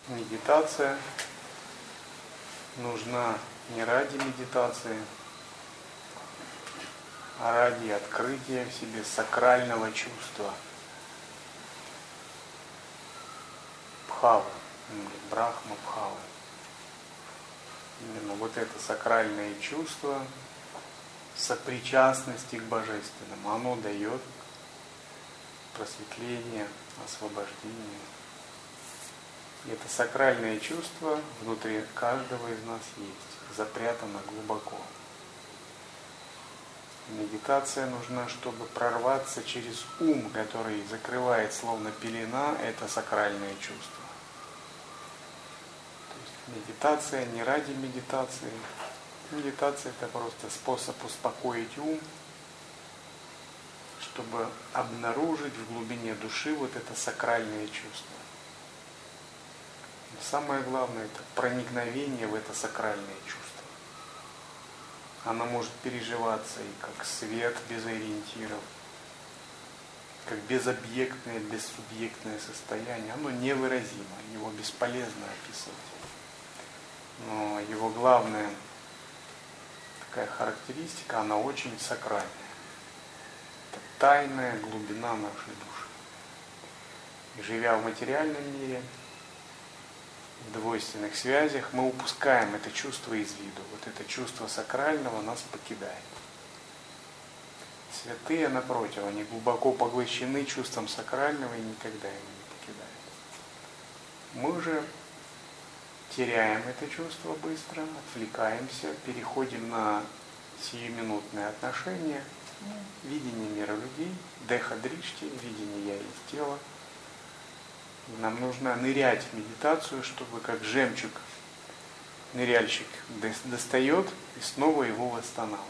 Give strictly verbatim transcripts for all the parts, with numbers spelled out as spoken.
Медитация нужна не ради медитации, а ради открытия в себе сакрального чувства. Бхавы, брахма бхавы. Именно вот это сакральное чувство сопричастности к Божественному, оно дает просветление, освобождение. И это сакральное чувство внутри каждого из нас есть, запрятано глубоко. Медитация нужна, чтобы прорваться через ум, который закрывает словно пелена это сакральное чувство. То есть медитация не ради медитации. Медитация – это просто способ успокоить ум, чтобы обнаружить в глубине души вот это сакральное чувство. Но самое главное – это проникновение в это сакральное чувство. Оно может переживаться и как свет без ориентиров, как безобъектное, бессубъектное состояние. Оно невыразимо, его бесполезно описывать. Но его главная такая характеристика, она очень сакральная. Это тайная глубина нашей души. И живя в материальном мире, в двойственных связях, мы упускаем это чувство из виду. Вот это чувство сакрального нас покидает. Святые, напротив, они глубоко поглощены чувством сакрального и никогда его не покидают. Мы же теряем это чувство быстро, отвлекаемся, переходим на сиюминутные отношения, видение мира людей, деха-дришти, видение я есть тело. И нам нужно нырять в медитацию, чтобы как жемчуг ныряльщик достает и снова его восстанавливает.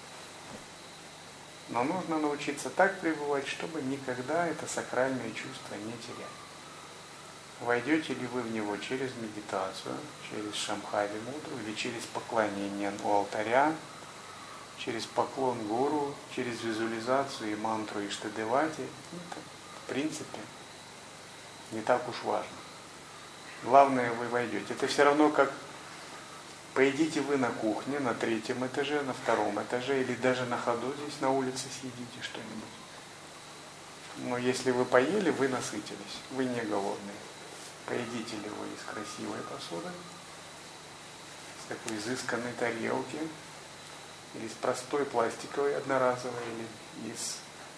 Но нужно научиться так пребывать, чтобы никогда это сакральное чувство не терять. Войдете ли вы в него через медитацию, через шамхави мудру или через поклонение у алтаря, через поклон гуру, через визуализацию и мантру Иштадевати, это в принципе не так уж важно. Главное, вы войдете. Это все равно как поедите вы на кухне, на третьем этаже, на втором этаже, или даже на ходу здесь на улице съедите что-нибудь. Но если вы поели, вы насытились, вы не голодные. Поедите ли вы из красивой посуды, с такой изысканной тарелки, или из простой пластиковой одноразовой, или из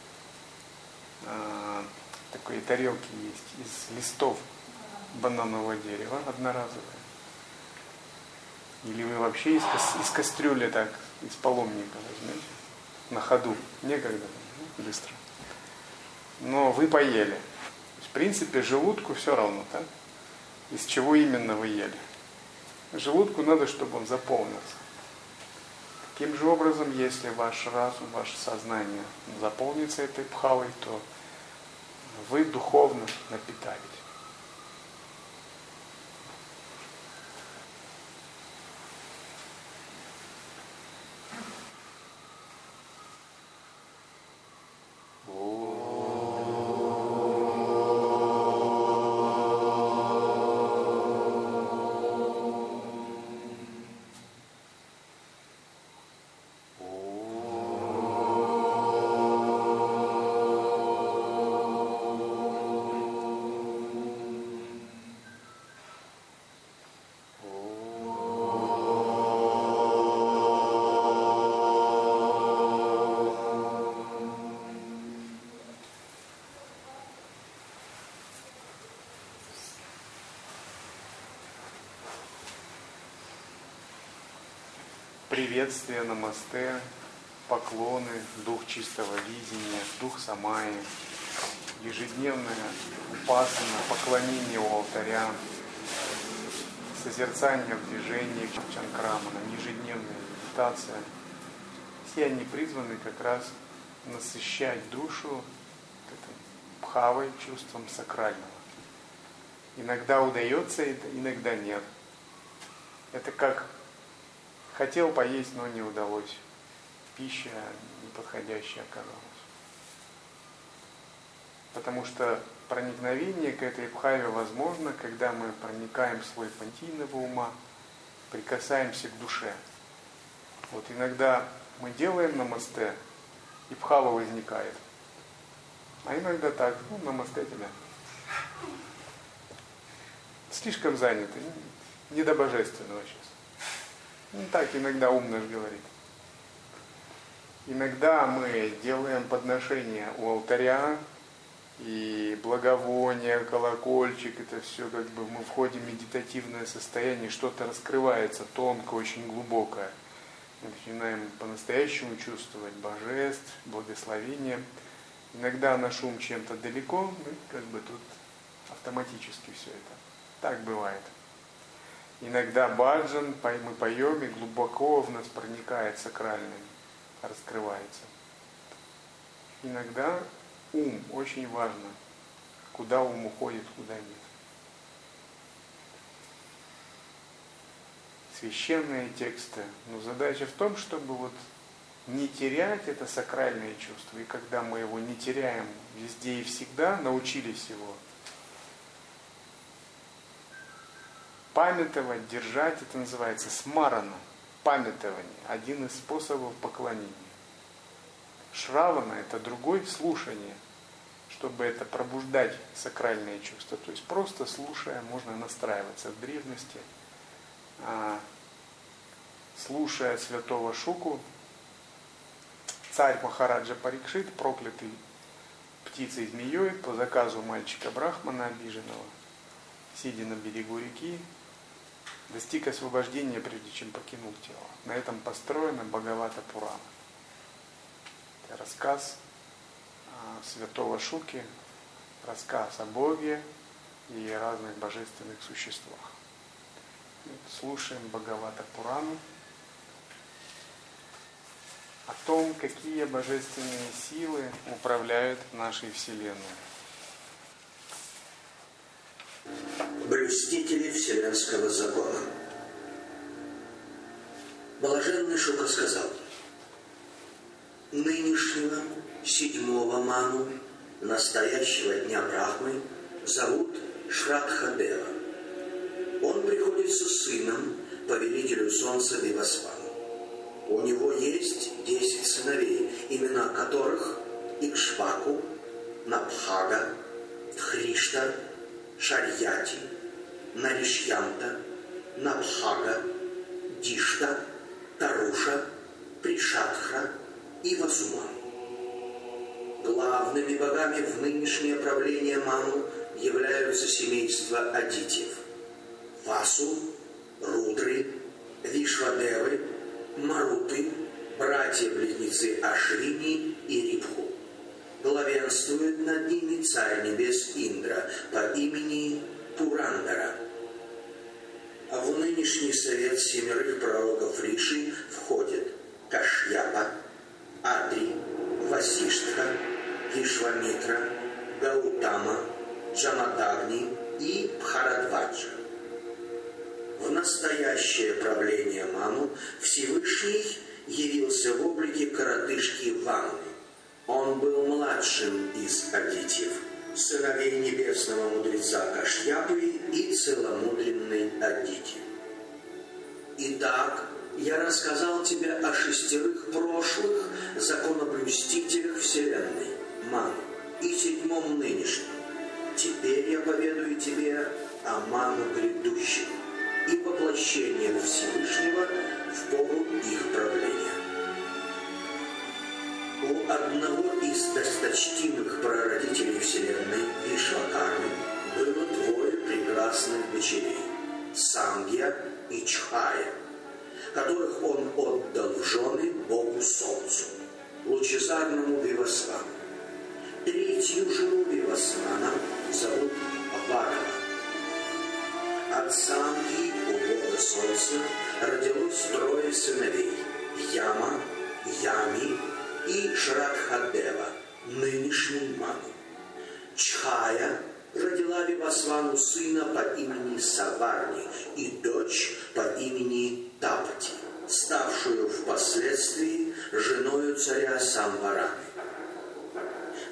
э, такой тарелки есть, из листов бананового дерева одноразовые. Или вы вообще из, из кастрюли так, из паломника возьмете, на ходу, некогда, быстро. Но вы поели. В принципе, желудку все равно, так? Из чего именно вы ели. Желудку надо, чтобы он заполнился. Таким же образом, если ваш разум, ваше сознание заполнится этой бхавой, то вы духовно напитались. Приветствие, намасте, поклоны, дух чистого видения, дух самаи, ежедневное упасана, поклонение у алтаря, созерцание в движении чанкрамана, ежедневная медитация. Все они призваны как раз насыщать душу бхавой, чувством сакрального. Иногда удается это, иногда нет. Это как хотел поесть, но не удалось. Пища неподходящая оказалась. Потому что проникновение к этой бхаве возможно, когда мы проникаем в слой понятийного ума, прикасаемся к душе. Вот иногда мы делаем намасте, и бхава возникает. А иногда так, ну, намасте тебя. Слишком заняты, не до божественного сейчас. Ну так иногда ум наш говорит. Иногда мы делаем подношения у алтаря, и благовоние, колокольчик, это все как бы мы входим в медитативное состояние, что-то раскрывается тонко, очень глубокое. Мы начинаем по-настоящему чувствовать божеств, благословение. Иногда наш ум чем-то далеко, мы как бы тут автоматически все это. Так бывает. Иногда баджан, мы поем, и глубоко в нас проникает сакральным, раскрывается. Иногда ум, очень важно, куда ум уходит, куда нет. Священные тексты, но задача в том, чтобы вот не терять это сакральное чувство, и когда мы его не теряем везде и всегда, научились его памятовать, держать, это называется смарана, памятование, один из способов поклонения. Шравана – это другой, слушание, чтобы это пробуждать сакральные чувства. То есть просто слушая, можно настраиваться. В древности, а, слушая святого Шуку, царь Махараджа Парикшит, проклятый птицей змеей, по заказу мальчика Брахмана обиженного, сидя на берегу реки, достиг освобождения, прежде чем покинул тело. На этом построена Бхагавата Пурана. Это рассказ а, святого Шуки, рассказ о Боге и разных божественных существах. Вот, слушаем Бхагавата Пурану о том, какие божественные силы управляют нашей Вселенной. Блюстители Вселенского закона. Блаженный Шука сказал: нынешнего седьмого ману, настоящего дня Брахмы, зовут Шрадхадева. Он приходится сыном повелителю солнца Вивасвану. У него есть десять сыновей, имена которых Икшваку, Набхага, Тхришта, Шарьяти, Наришьянта, Набхага, Дишта, Таруша, Пришатхра и Васуман. Главными богами в нынешнее правление Ману являются семейства Адитьев: Васу, Рудры, Вишвадевы, Маруты, братья-близнецы Ашвини и Рибху. Главенствует над ними царь небес Индра по имени Пурандара. А в нынешний совет семерых пророков Риши входят Кашьяпа, Адри, Васиштха, Вишвамитра, Гаутама, Джамадагни и Бхарадваджа. В настоящее правление Ману Всевышний явился в облике коротышки Ванны. Он был младшим из Адитьев, сыновей небесного мудреца Кашьяпы и целомудренной Адити. Итак, я рассказал тебе о шестерых прошлых законоблюстителях Вселенной, Ману, и седьмом нынешнем. Теперь я поведаю тебе о Ману грядущем и воплощением Всевышнего в пору их правления. У одного из досточтимых прародителей Вселенной, Вишвакармы, было двое прекрасных дочерей – Сангья и Чхая, которых он отдал в жены Богу Солнцу, лучезарному Вивасвану. Третью жену Вивасвана зовут Варна. От Сангьи у Бога Солнца родилось трое сыновей – Яма, Ями и Шрадхадева, нынешний Ману. Чхая родила Вивасвану сына по имени Саварни и дочь по имени Тапати, ставшую впоследствии женою царя Самвараны. Третий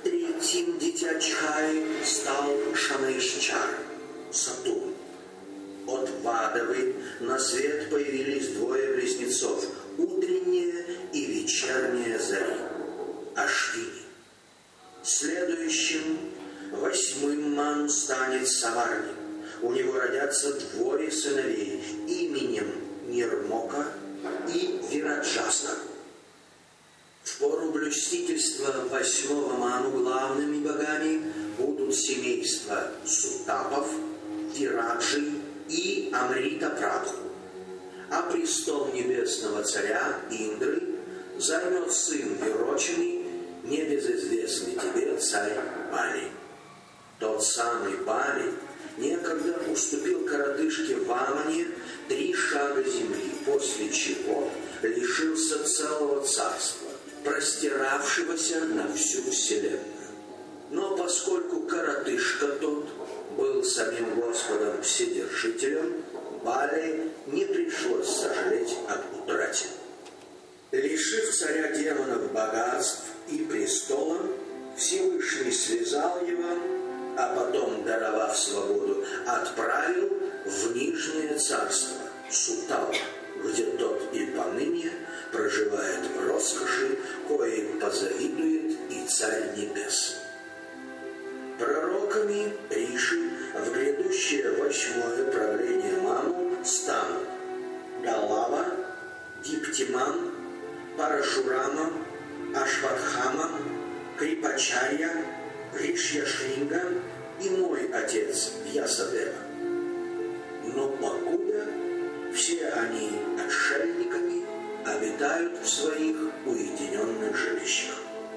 Третьим дитя Чхаи стал Шамешчар, Сатурн. От Вадавы на свет появились двое близнецов, утренняя и вечерняя зари, Ашвини. Следующим, восьмым Ману станет Саварни. У него родятся двое сыновей именем Нирмока и Вираджаста. В пору блюстительства восьмого Ману главными богами будут семейства Сутапов, Вираджи и Амрита Прабху. А престол небесного царя Индры займет сын Вирочины, небезызвестный тебе царь Бали. Тот самый Бали некогда уступил коротышке Вамане три шага земли, после чего лишился целого царства, простиравшегося на всю вселенную. Но поскольку коротышка тот был самим Господом Вседержителем, Бали не пришлось сожалеть об утрате. Лишив царя демонов богатств и престола, Всевышний связал его, а потом, даровав свободу, отправил в Нижнее царство, Сутала, где тот и поныне проживает в роскоши, коей позавидует и Царь Небес. Пророками Риши в грядущее восьмое правление Ману станут Галава, Диптиман, Парашурама, Ашватхама, Крипачарья, Ришьяшринга и мой отец Вьясадева. Но покуда все они отшельниками обитают в своих уединенных жилищах.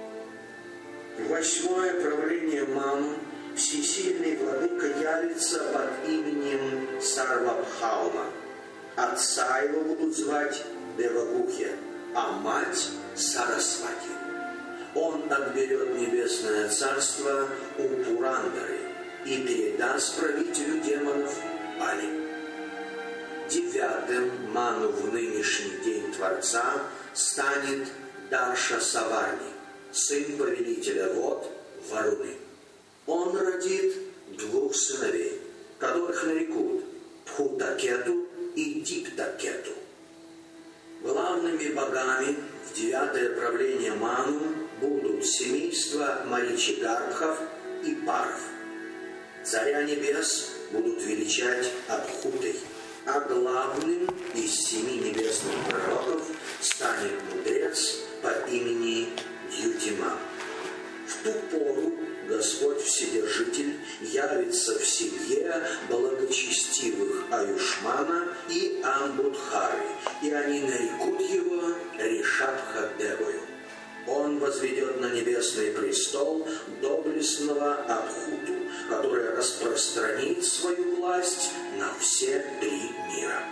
Восьмое правление Ману всесильный владыка явится под именем Сарвабхаума. Отца его будут звать Девагухе, а мать Сарасвати. Он отберет небесное царство у Пурандары и передаст правителю демонов Бали. Девятым Ману в нынешний день Творца станет Дарша Саварни, сын повелителя вод Варуны. Он родит двух сыновей, которых нарекут Пхутакету и Диптакету. Главными богами в девятое правление Ману будут семейства Маричигарбхов и Паров. Царя небес будут величать Абхутой, а главным из семи небесных пророков станет мудрец по имени Дьютиман. В ту пору Господь Вседержитель явится в семье благочестивых Аюшмана и Амбудхары, и они нарекут его Ришабха-девою. Он возведет на небесный престол доблестного Абхуту, который распространит свою власть на все три мира.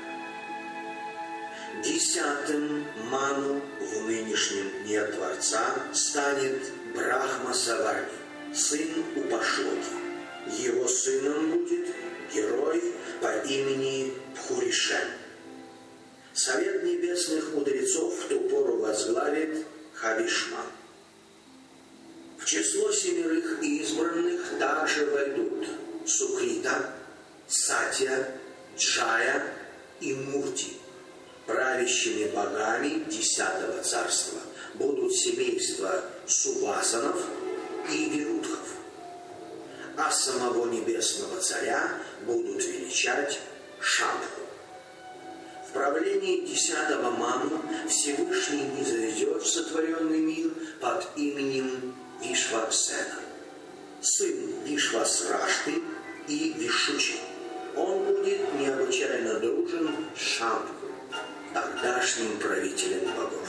Десятым Ману в нынешнем дне Творца станет Брахма Саварни, сын Упашлоки. Его сыном будет герой по имени Пхуришен. Совет небесных мудрецов в ту пору возглавит Хавишман. В число семерых избранных также войдут Сукрита, Сатья, Джая и Мурти. Правящими богами десятого царства будут семейства Сувасанов и Вирудхов, а самого небесного царя будут величать Шамбху. В правлении десятого Ману Всевышний низведет в сотворенный мир под именем Вишваксена, сын Вишвасрашты и Вишучи. Он будет необычайно дружен с Шамбху, тогдашним правителем богов.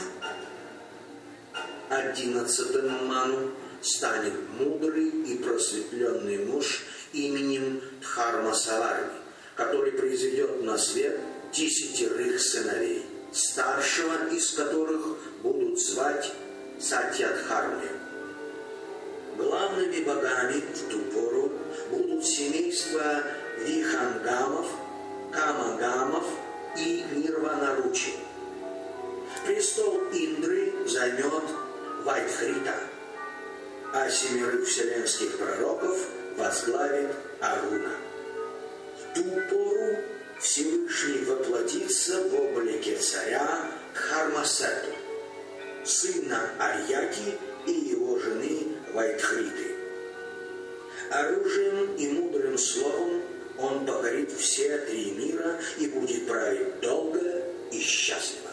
Одиннадцатым Ману станет мудрый и просветленный муж именем Дхарма-Саварни, который произведет на свет десятерых сыновей, старшего из которых будут звать Сатьядхарми. Главными богами в ту пору будут семейства Вихангамов, Камагамов и Нирванаручи. Престол Индры займет Вайтхрита, а семерых вселенских пророков возглавит Аруна. В ту пору Всевышний воплотится в облике царя Дхармасету, сына Арьяки и его жены Вайтхриты. Оружием и мудрым словом он покорит все три мира и будет править долго и счастливо.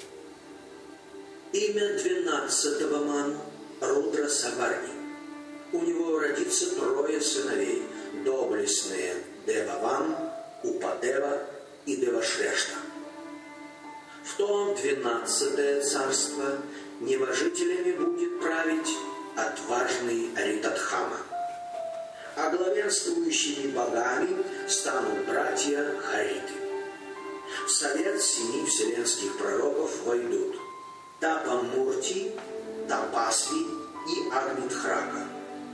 Имя двенадцатого ману – Рудра Саварни. У него родится трое сыновей – доблестные Деваван, Упадева и Девашрешта. В то двенадцатое царство небожителями будет править отважный Аритадхама, а главенствующими богами станут братья Хариты. В совет семи вселенских пророков войдут Тапамурти, Тапасви и Агнитхрака.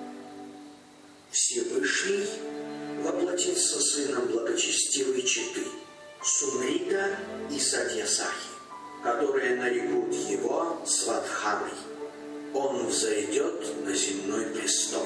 Всевышний воплотится сыном благочестивой четы Сумрита и Садьясахи, которые нарекут его Сватхамой. Он взойдет на земной престол.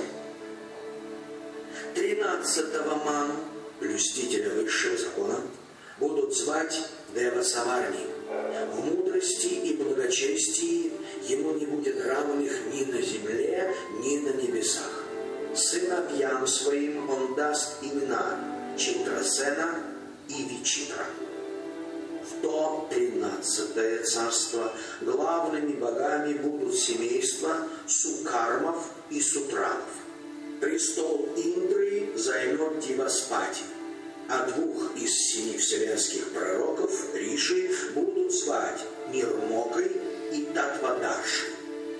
Тринадцатого ману, блюстителя высшего закона, будут звать Дева Саварни. В мудрости и благочестии ему не будет равных ни на земле, ни на небесах. Сыновьям своим он даст имена Читрасена и Вичитра. В то тринадцатое царство главными богами будут семейства Сукармов и Сутранов. Престол Индры займет Диваспати, а двух из семи вселенских пророков Риши будут звать Нирмокой и Татвадаршей.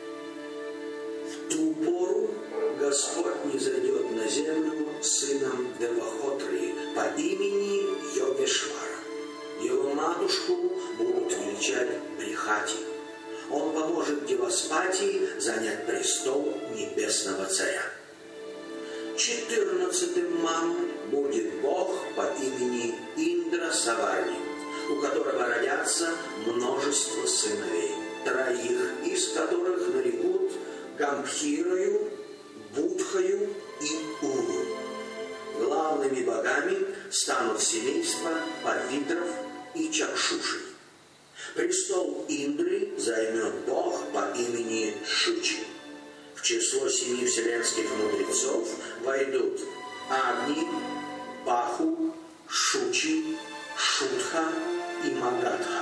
В ту пору Господь низойдет на землю сыном Девахотры по имени Йогешвара. Его матушку будут величать Брихати. Он поможет Деваспати занять престол небесного царя. Четырнадцатым маном будет бог по имени Индра Саварни, у которого родятся множество сыновей, троих из которых нарекут Гамбхирою, Будхою и Уру. Главными богами станут семейства Павитров и Чакшуши. Престол Индры займет бог по имени Шучи. В число семи вселенских мудрецов войдут Агни, Баху, Шучи, Шутха и Магадха.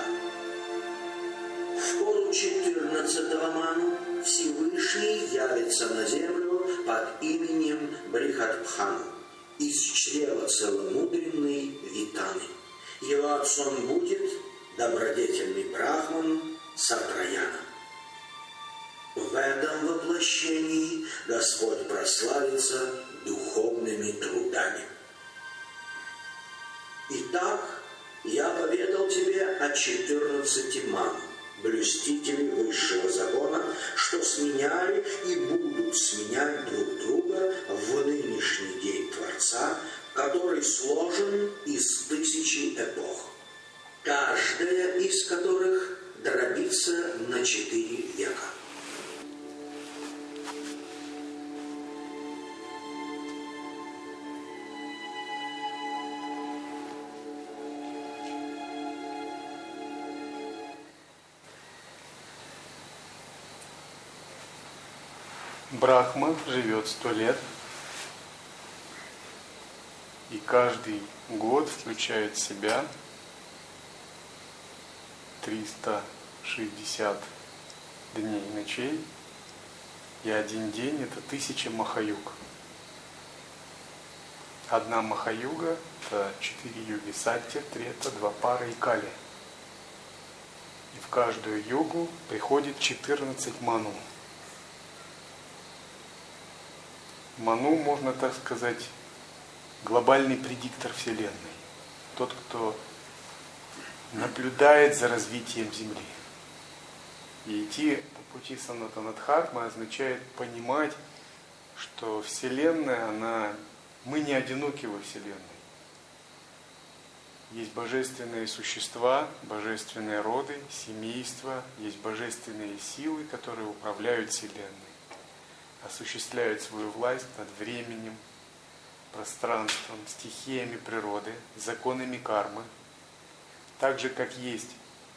В пору четырнадцатого ману Всевышний явится на землю под именем Брихадбхану из чрева целомудренной Витаны. Его отцом будет добродетельный брахман Сатраяна. В этом воплощении Господь прославится духовными трудами. Итак, я поведал тебе о четырнадцати манах, блюстителей высшего закона, что сменяли и будут сменять друг друга в нынешний день Творца, который сложен из тысячи эпох, каждая из которых дробится на четыре века. Брахма живет сто лет, и каждый год включает в себя триста шестьдесят дней и ночей, и один день это тысяча махаюг. Одна махаюга это четыре юги: сатья, трета, двапара и кали. И в каждую югу приходит четырнадцать ману. Ману, можно так сказать, глобальный предиктор Вселенной. Тот, кто наблюдает за развитием Земли. И идти по пути Санатана Дхармы означает понимать, что Вселенная, она, мы не одиноки во Вселенной. Есть божественные существа, божественные роды, семейства, есть божественные силы, которые управляют Вселенной. осуществляют свою власть над временем, пространством, стихиями природы, законами кармы, так же, как есть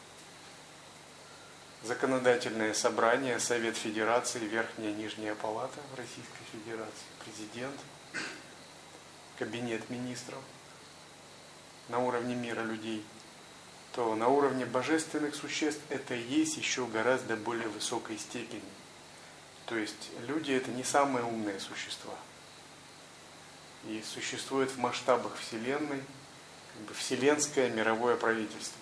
законодательное собрание, Совет Федерации, Верхняя и Нижняя Палата в Российской Федерации, президент, кабинет министров на уровне мира людей, то на уровне божественных существ это и есть еще гораздо более высокой степени. То есть люди это не самые умные существа. И существует в масштабах Вселенной как бы вселенское мировое правительство.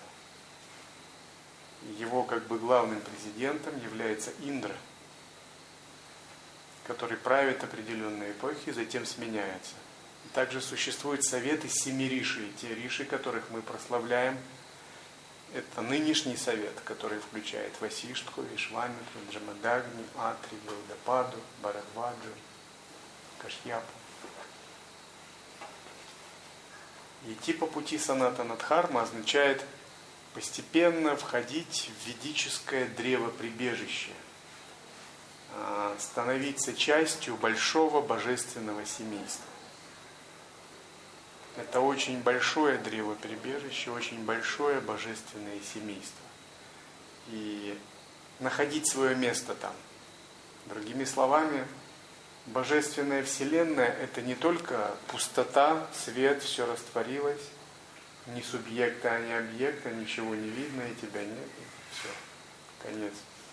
Его как бы главным президентом является Индра, который правит определенные эпохи, затем сменяется. И также существует совет из семи риши. Те риши, которых мы прославляем, это нынешний совет, который включает Васиштху, Вишвамитру, Джамадагни, Атри, Гаудападу, Бхарадваджу, Кашьяпу. Идти по пути Санатана Дхарма означает постепенно входить в ведическое древо-прибежище, становиться частью большого божественного семейства. Это очень большое древо-прибежище, очень большое божественное семейство. И находить свое место там. Другими словами, божественная вселенная – это не только пустота, свет, все растворилось, ни субъекта, ни объекта, ничего не видно, и тебя нет, и все, конец.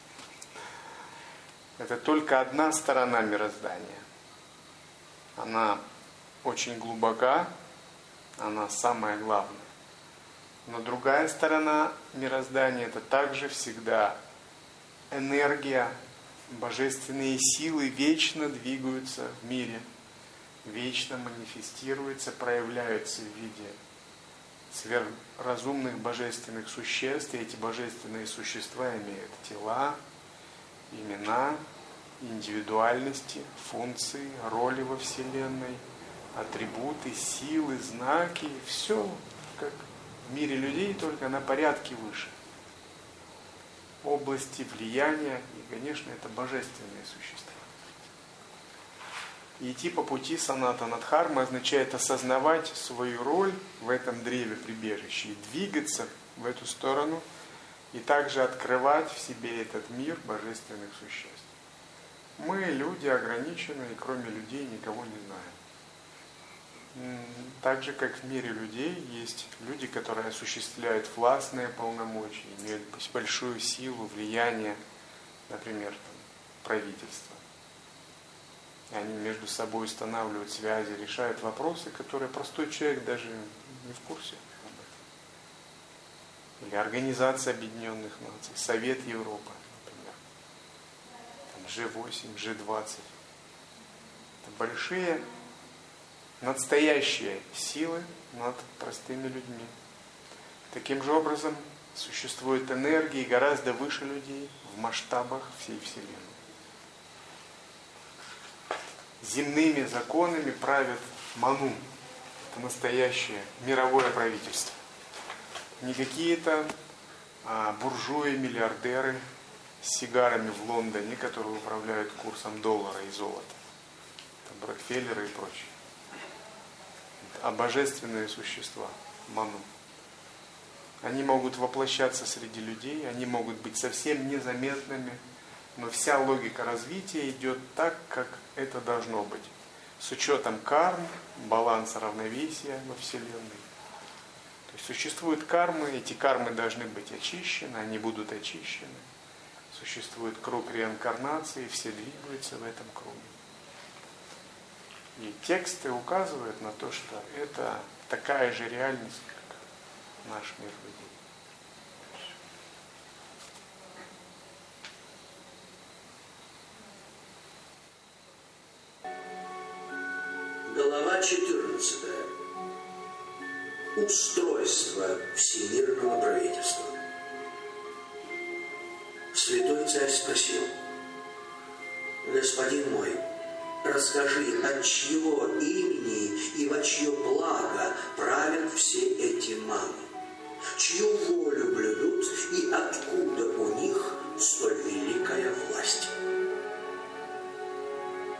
Это только одна сторона мироздания. Она очень глубока, она самая главная. Но другая сторона мироздания – это также всегда энергия, божественные силы вечно двигаются в мире, вечно манифестируются, проявляются в виде сверхразумных божественных существ, и эти божественные существа имеют тела, имена, индивидуальности, функции, роли во Вселенной, атрибуты, силы, знаки, все как в мире людей, только на порядке выше. Области влияния, и, конечно, это божественные существа. И идти по пути Санатана Дхармы означает осознавать свою роль в этом древе прибежища и двигаться в эту сторону, и также открывать в себе этот мир божественных существ. Мы, люди, ограничены, и кроме людей никого не знаем. Так же, как в мире людей есть люди, которые осуществляют властные полномочия, имеют большую силу, влияние, например, там, правительство. И они между собой устанавливают связи, решают вопросы, которые простой человек даже не в курсе об этом. Или Организация Объединенных Наций, Совет Европы, например. Там джи восемь, джи двадцать. Это большие, настоящие силы над простыми людьми. Таким же образом существуют энергии гораздо выше людей в масштабах всей Вселенной. Земными законами правят Ману. Это настоящее мировое правительство. Не какие-то а, буржуи, миллиардеры с сигарами в Лондоне, которые управляют курсом доллара и золота. Там Рокфеллеры и прочие. А божественные существа, Ману. Они могут воплощаться среди людей, они могут быть совсем незаметными, но вся логика развития идет так, как это должно быть. С учетом карм, баланса равновесия во Вселенной. То есть существуют кармы, эти кармы должны быть очищены, они будут очищены. Существует круг реинкарнации, все двигаются в этом круге. И тексты указывают на то, что это такая же реальность, как наш мир людей. Глава четырнадцатая. Устройство всемирного правительства. Святой царь спросил: «Господин мой, расскажи, от чьего имени и во чье благо правят все эти маны? Чью волю блюдут и откуда у них столь великая власть?»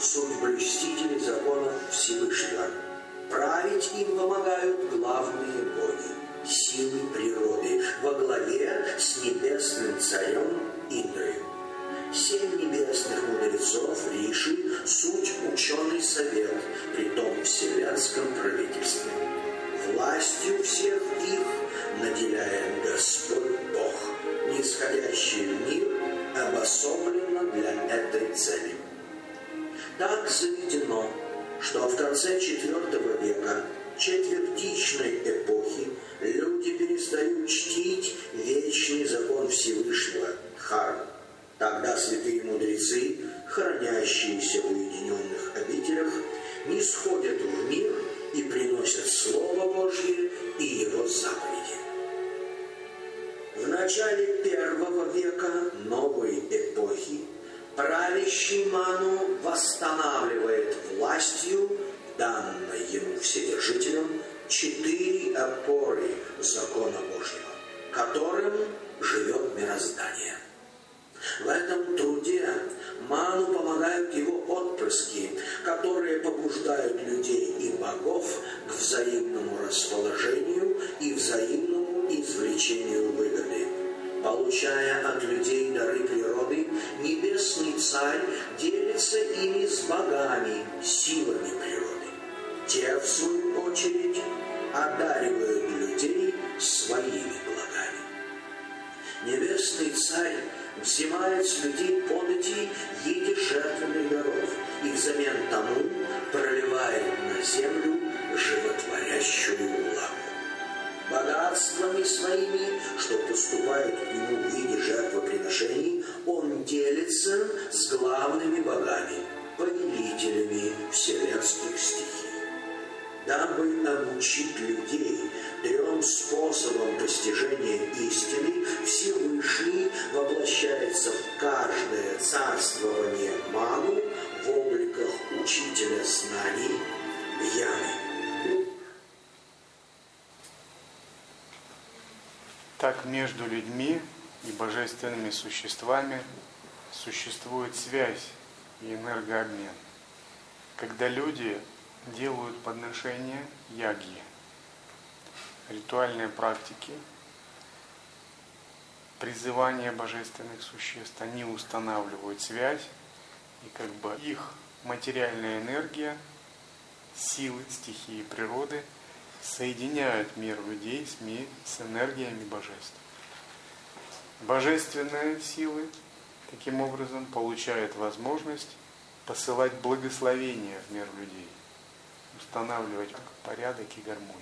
суть блюстители закона Всевышнего. Править им помогают главные боги, силы природы, во главе с небесным царем Индрой. Семь небесных мудрецов Риши – суть ученый совет при том вселенском правительстве. Властью всех их наделяет Господь Бог, нисходящий в мир обособленно для этой цели. Так заведено, что в конце четвертого века четвертичной эпохи люди перестают чтить вечный закон Всевышнего – Дхарму. Тогда святые мудрецы, хранящиеся в уединенных обителях, нисходят в мир и приносят Слово Божье и Его заповеди. В начале первого века новой эпохи правящий Ману восстанавливает властью, данной ему Вседержителем, четыре опоры закона Божьего, которым живет мироздание. В этом труде Ману помогают его отпрыски, которые побуждают людей и богов к взаимному расположению и взаимному извлечению выгоды. Получая от людей дары природы, небесный царь делится ими с богами, силами природы. Те, в свою очередь, одаривают людей своими благами. Небесный царь взимает с людей подати в виде жертвенных даров и взамен тому проливает на землю животворящую влагу. Богатствами своими, что поступают к нему в виде жертвоприношений, он делится с главными богами, повелителями вселенских стихий. Дабы обучить людей трем способам постижения истины, Всевышний воплощается в каждое царствование Ману в обликах учителя знаний Гьяны. Так между людьми и божественными существами существует связь и энергообмен. Когда люди делают подношения ягьи, ритуальные практики, призывания божественных существ, они устанавливают связь, и как бы их материальная энергия, силы, стихии природы соединяют мир людей с, ми, с энергиями божеств. Божественные силы таким образом получают возможность посылать благословения в мир людей, устанавливать порядок и гармонию.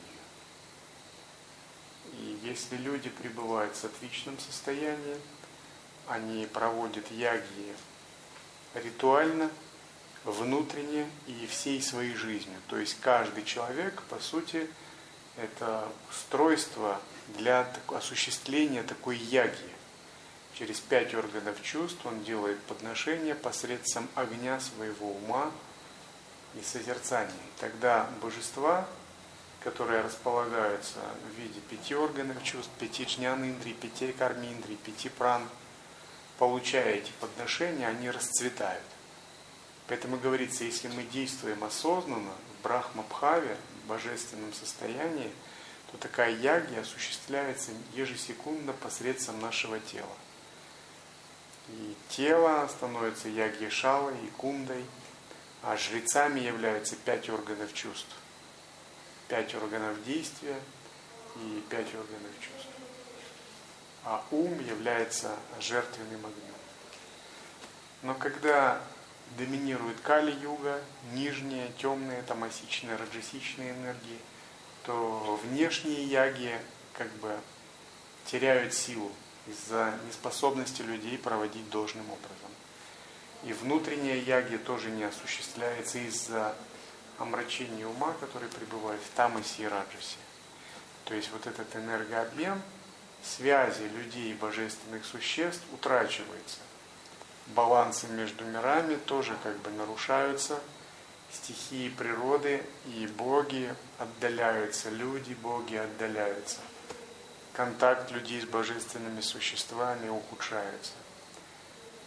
И если люди пребывают в сатвичном состоянии, они проводят ягьи ритуально, внутренне и всей своей жизнью. То есть каждый человек, по сути, это устройство для осуществления такой ягьи. Через пять органов чувств он делает подношения посредством огня своего ума и созерцания. Тогда божества, которые располагаются в виде пяти органов чувств, пяти джнян-индрий, пяти карми-индрий, пяти пран, получая эти подношения, они расцветают. Поэтому говорится, если мы действуем осознанно, в брахма-бхаве, в божественном состоянии, то такая ягья осуществляется ежесекундно посредством нашего тела. И тело становится ягья-шалой и кундой, а жрецами являются пять органов чувств. Пять органов действия и пять органов чувств. А ум является жертвенным огнем. Но когда доминирует кали-юга, нижние, темные, тамасичные, раджасичные энергии, то внешние яги как бы теряют силу из-за неспособности людей проводить должным образом. И внутренняя яги тоже не осуществляется из-за омрачения ума, который пребывает в тамасе и раджасе. То есть вот этот энергообмен связи людей и божественных существ утрачивается. Балансы между мирами тоже как бы нарушаются, стихии природы и боги отдаляются, люди, боги отдаляются. Контакт людей с божественными существами ухудшается.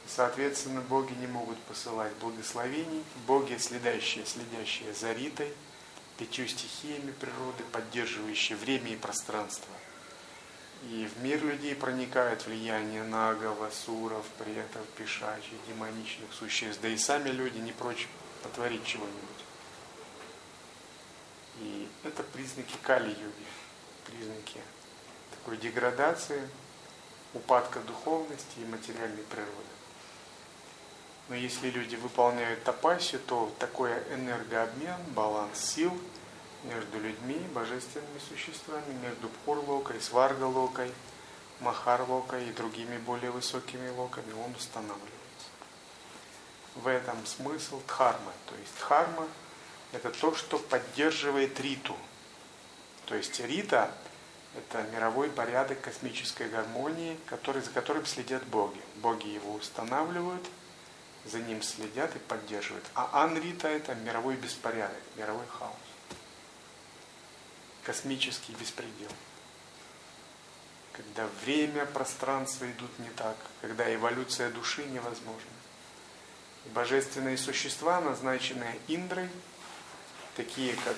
Соответственно, боги не могут посылать благословений. Боги, следящие, следящие за Ритой, пятью стихиями природы, поддерживающие время и пространство. И в мир людей проникает влияние нагов, асуров, претов, пешачьих, демоничных существ. Да и сами люди не прочь потворить чего-нибудь. И это признаки Кали-юги, признаки такой деградации, упадка духовности и материальной природы. Но если люди выполняют тапасию, то такой энергообмен, баланс сил между людьми, божественными существами, между Пхур-локой, Сварга-локой, Махар-локой и другими более высокими локами, он устанавливается. В этом смысл дхармы. То есть дхарма – это то, что поддерживает риту. То есть рита – это мировой порядок космической гармонии, который, за которым следят боги. Боги его устанавливают, за ним следят и поддерживают. А анрита – это мировой беспорядок, мировой хаос. Космический беспредел. Когда время, пространство идут не так, когда эволюция души невозможна. И божественные существа, назначенные Индрой, такие как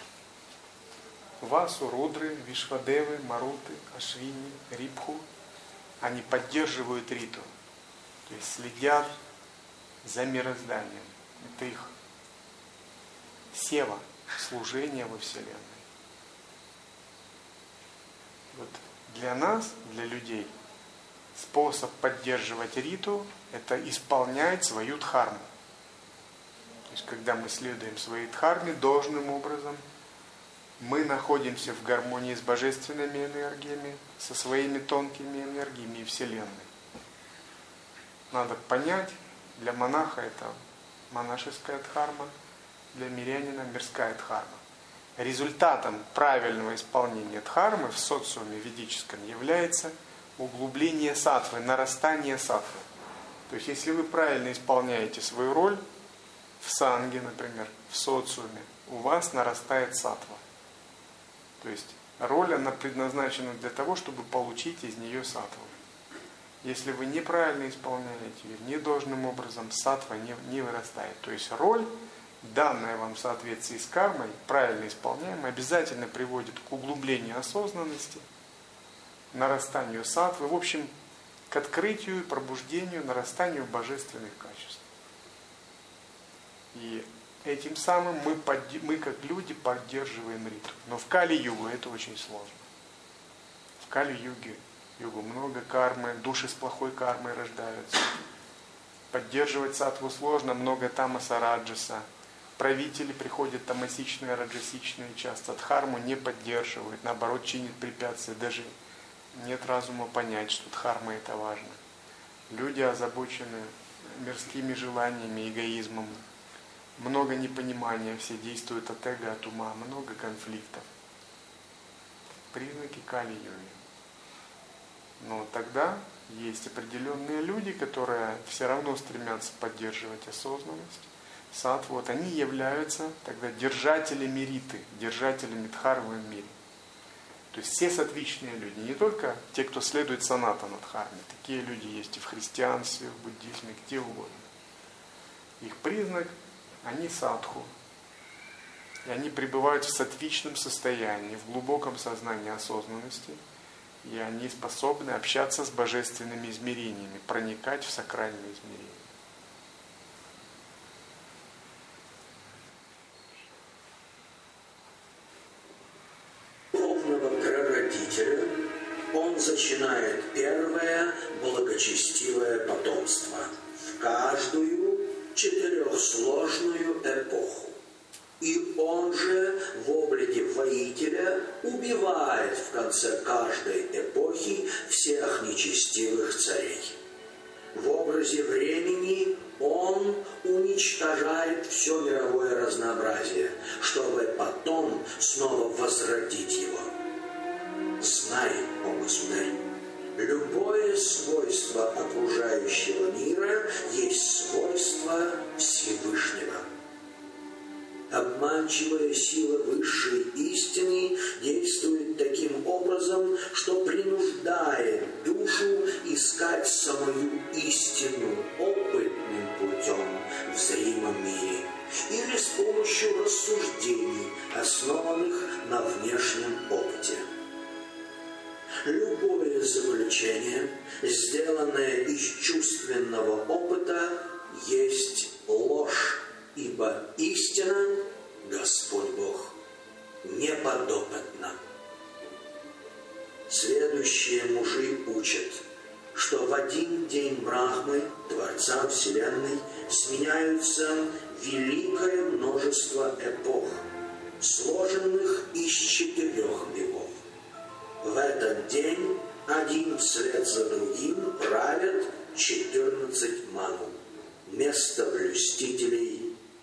Васу, Рудры, Вишвадевы, Маруты, Ашвини, Рибху, они поддерживают риту, то есть следят за мирозданием. Это их сева, служение во Вселенной. Вот для нас, для людей, способ поддерживать риту – это исполнять свою дхарму. То есть, когда мы следуем своей дхарме должным образом, мы находимся в гармонии с божественными энергиями, со своими тонкими энергиями и Вселенной. Надо понять, для монаха это монашеская дхарма, для мирянина мирская дхарма. Результатом правильного исполнения дхармы в социуме ведическом является углубление саттвы, нарастание саттвы. То есть, если вы правильно исполняете свою роль в санге, например, в социуме, у вас нарастает саттва. То есть, роль, она предназначена для того, чтобы получить из нее саттву. Если вы неправильно исполняете ее, недолжным образом, саттва не, не вырастает. То есть, роль, данная вам в соответствии с кармой, правильно исполняемая, обязательно приводит к углублению осознанности, нарастанию саттвы, в общем, к открытию, пробуждению, нарастанию божественных качеств. И этим самым мы, подди- мы как люди поддерживаем риту. Но в Кали-югу это очень сложно. В Кали-юге югу много кармы, души с плохой кармой рождаются. Поддерживать саттву сложно, много тамаса, раджаса. Правители приходят тамасичные, раджасичные, часто дхарму не поддерживают, наоборот чинят препятствия, даже нет разума понять, что дхарма это важно. Люди озабочены мирскими желаниями, эгоизмом, много непонимания, все действуют от эго, от ума, много конфликтов. Признаки Кали-юги. Но тогда есть определенные люди, которые все равно стремятся поддерживать осознанность. Саттву, вот они являются тогда держателями риты, держателями дхармы в мире. То есть все саттвичные люди, не только те, кто следует санатана дхарме, такие люди есть и в христианстве, в буддизме, где угодно. Их признак, они садху. И они пребывают в саттвичном состоянии, в глубоком сознании осознанности, и они способны общаться с божественными измерениями, проникать в сакральные измерения. Он зачинает первое благочестивое потомство в каждую четырехсложную эпоху. И он же в облике воителя убивает в конце каждой эпохи всех нечестивых царей. В образе времени он уничтожает все мировое разнообразие, чтобы потом снова возродить его. Знай, о государь, любое свойство окружающего мира есть свойство Всевышнего. Обманчивая сила высшей истины действует таким образом, что принуждает душу искать самую истину опытным путем в зримом мире или с помощью рассуждений, основанных на внешнем опыте. Любое заключение, сделанное из чувственного опыта, есть ложь, ибо истина, Господь Бог, неподопытна. Следующие мужи учат, что в один день Брахмы, Творца Вселенной, сменяются великое множество эпох, сложенных из четырех веков. В этот день один вслед за другим правят четырнадцать ману, место блюстителей.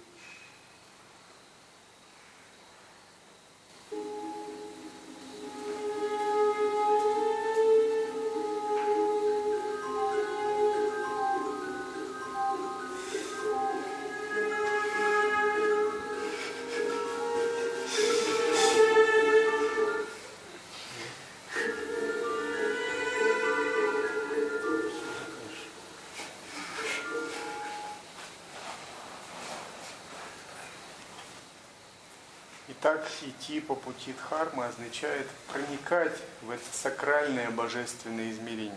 Так идти по пути Дхармы означает проникать в это сакральное божественное измерение,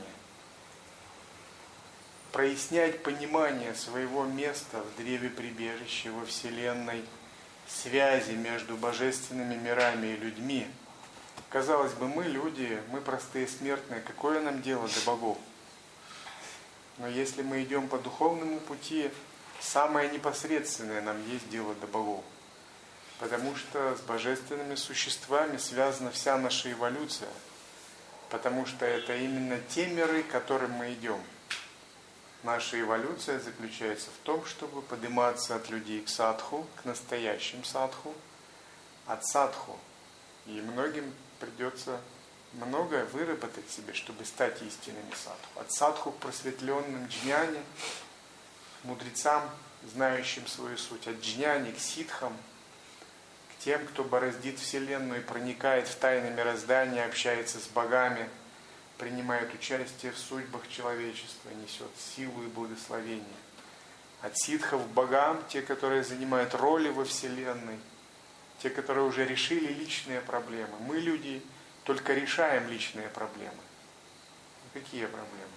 прояснять понимание своего места в древе прибежища во Вселенной, связи между божественными мирами и людьми. Казалось бы, мы люди, мы простые смертные, какое нам дело до богов? Но если мы идем по духовному пути, самое непосредственное нам есть дело до богов. Потому что с божественными существами связана вся наша эволюция. Потому что это именно те миры, к которым мы идем. Наша эволюция заключается в том, чтобы подниматься от людей к садху, к настоящим садху, от садху. И многим придется многое выработать себе, чтобы стать истинными садху. От садху к просветленным джняне, мудрецам, знающим свою суть. От джняни к ситхам, тем, кто бороздит Вселенную и проникает в тайны мироздания, общается с богами, принимает участие в судьбах человечества, несет силу и благословение. От ситхов к богам, те, которые занимают роли во Вселенной, те, которые уже решили личные проблемы. Мы, люди, только решаем личные проблемы. Какие проблемы?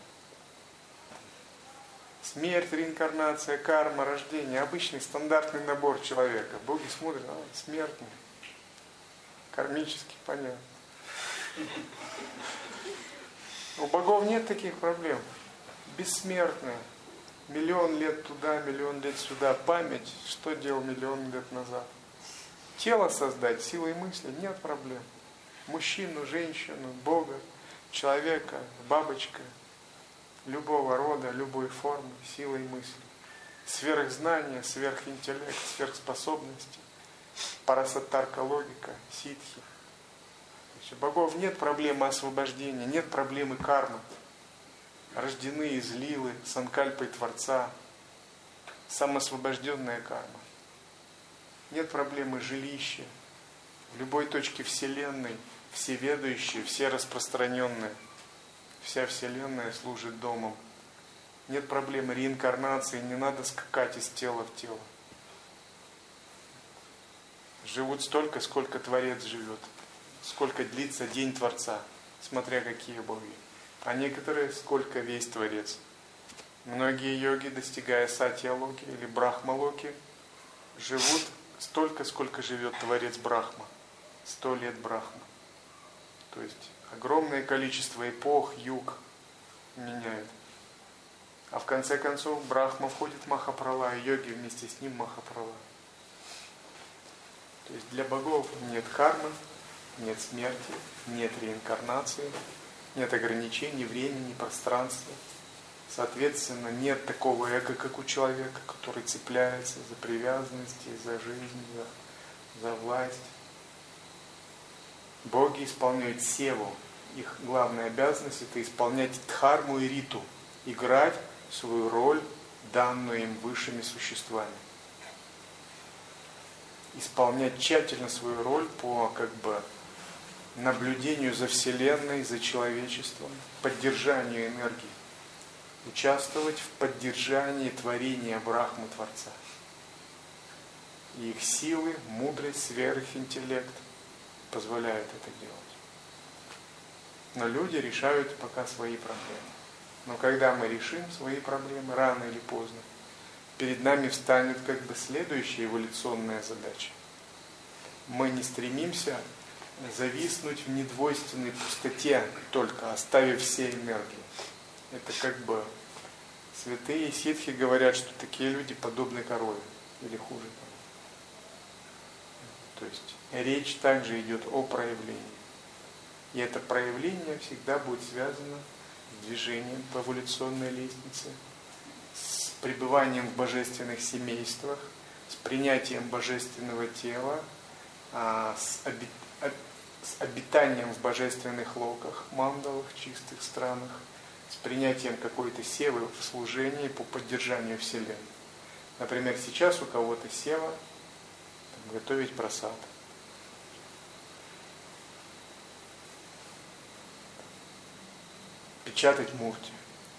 Смерть, реинкарнация, карма, рождение. Обычный стандартный набор человека. Боги смотрят, а, смертный. Кармически, понятно. У богов нет таких проблем. Бессмертные. Миллион лет туда, миллион лет сюда. Память, что делал миллион лет назад. Тело создать силой мысли, нет проблем. Мужчину, женщину, Бога, человека, бабочка. Любого рода, любой формы, силой мысли. Сверхзнание, сверхинтеллект, сверхспособности, парасаттарка логика, ситхи. У богов нет проблемы освобождения, нет проблемы кармы. Рождены из лилы, санкальпой Творца, самосвобожденная карма. Нет проблемы жилища. В любой точке Вселенной всеведущие, все распространенные. Вся Вселенная служит домом. Нет проблемы реинкарнации, не надо скакать из тела в тело. Живут столько, сколько Творец живет. Сколько длится день Творца, смотря какие боги. А некоторые, сколько весь Творец. Многие йоги, достигая сатья-локи или брахма-локи, живут столько, сколько живет Творец Брахма. Сто лет Брахма. То есть огромное количество эпох, юг меняет. А в конце концов Брахма входит в Махапрала, и йоги вместе с ним Махапрала. То есть для богов нет кармы, нет смерти, нет реинкарнации, нет ограничений времени, пространства. Соответственно, нет такого эго, как у человека, который цепляется за привязанности, за жизнь, за, за власть. Боги исполняют севу. Их главная обязанность – это исполнять дхарму и риту, играть свою роль, данную им высшими существами. исполнять тщательно свою роль по как бы наблюдению за Вселенной, за человечеством, поддержанию энергии, участвовать в поддержании творения Брахмы Творца. И их силы, мудрость, сверхинтеллект позволяют это делать. Но люди решают пока свои проблемы. Но когда мы решим свои проблемы, рано или поздно, перед нами встанет как бы следующая эволюционная задача. Мы не стремимся зависнуть в недвойственной пустоте, только оставив все энергии. Это как бы святые ситхи говорят, что такие люди подобны корове или хуже того. То есть речь также идет о проявлении. И это проявление всегда будет связано с движением по эволюционной лестнице, с пребыванием в божественных семействах, с принятием божественного тела, с, оби... с обитанием в божественных локах, мандалах, чистых странах, с принятием какой-то севы в служении по поддержанию Вселенной. Например, сейчас у кого-то сева там, готовить прасад. Печатать мурти.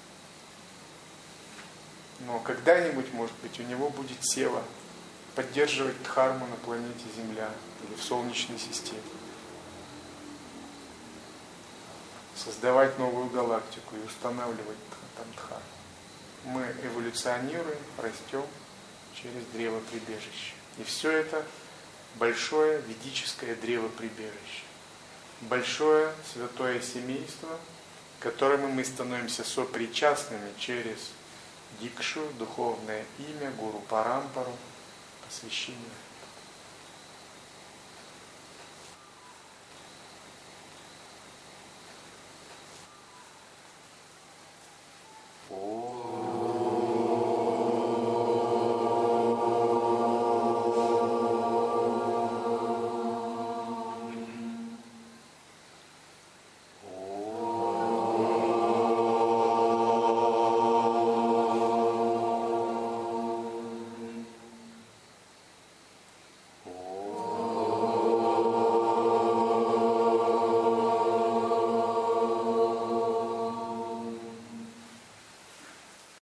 Но когда-нибудь, может быть, у него будет сева поддерживать дхарму на планете Земля или в Солнечной системе. Создавать новую галактику и устанавливать там дхарму. Мы эволюционируем, растем через древо прибежища. И все это большое ведическое древо прибежища. Большое святое семейство, которому мы становимся сопричастными через дикшу, духовное имя, гуру парампару, посвящение.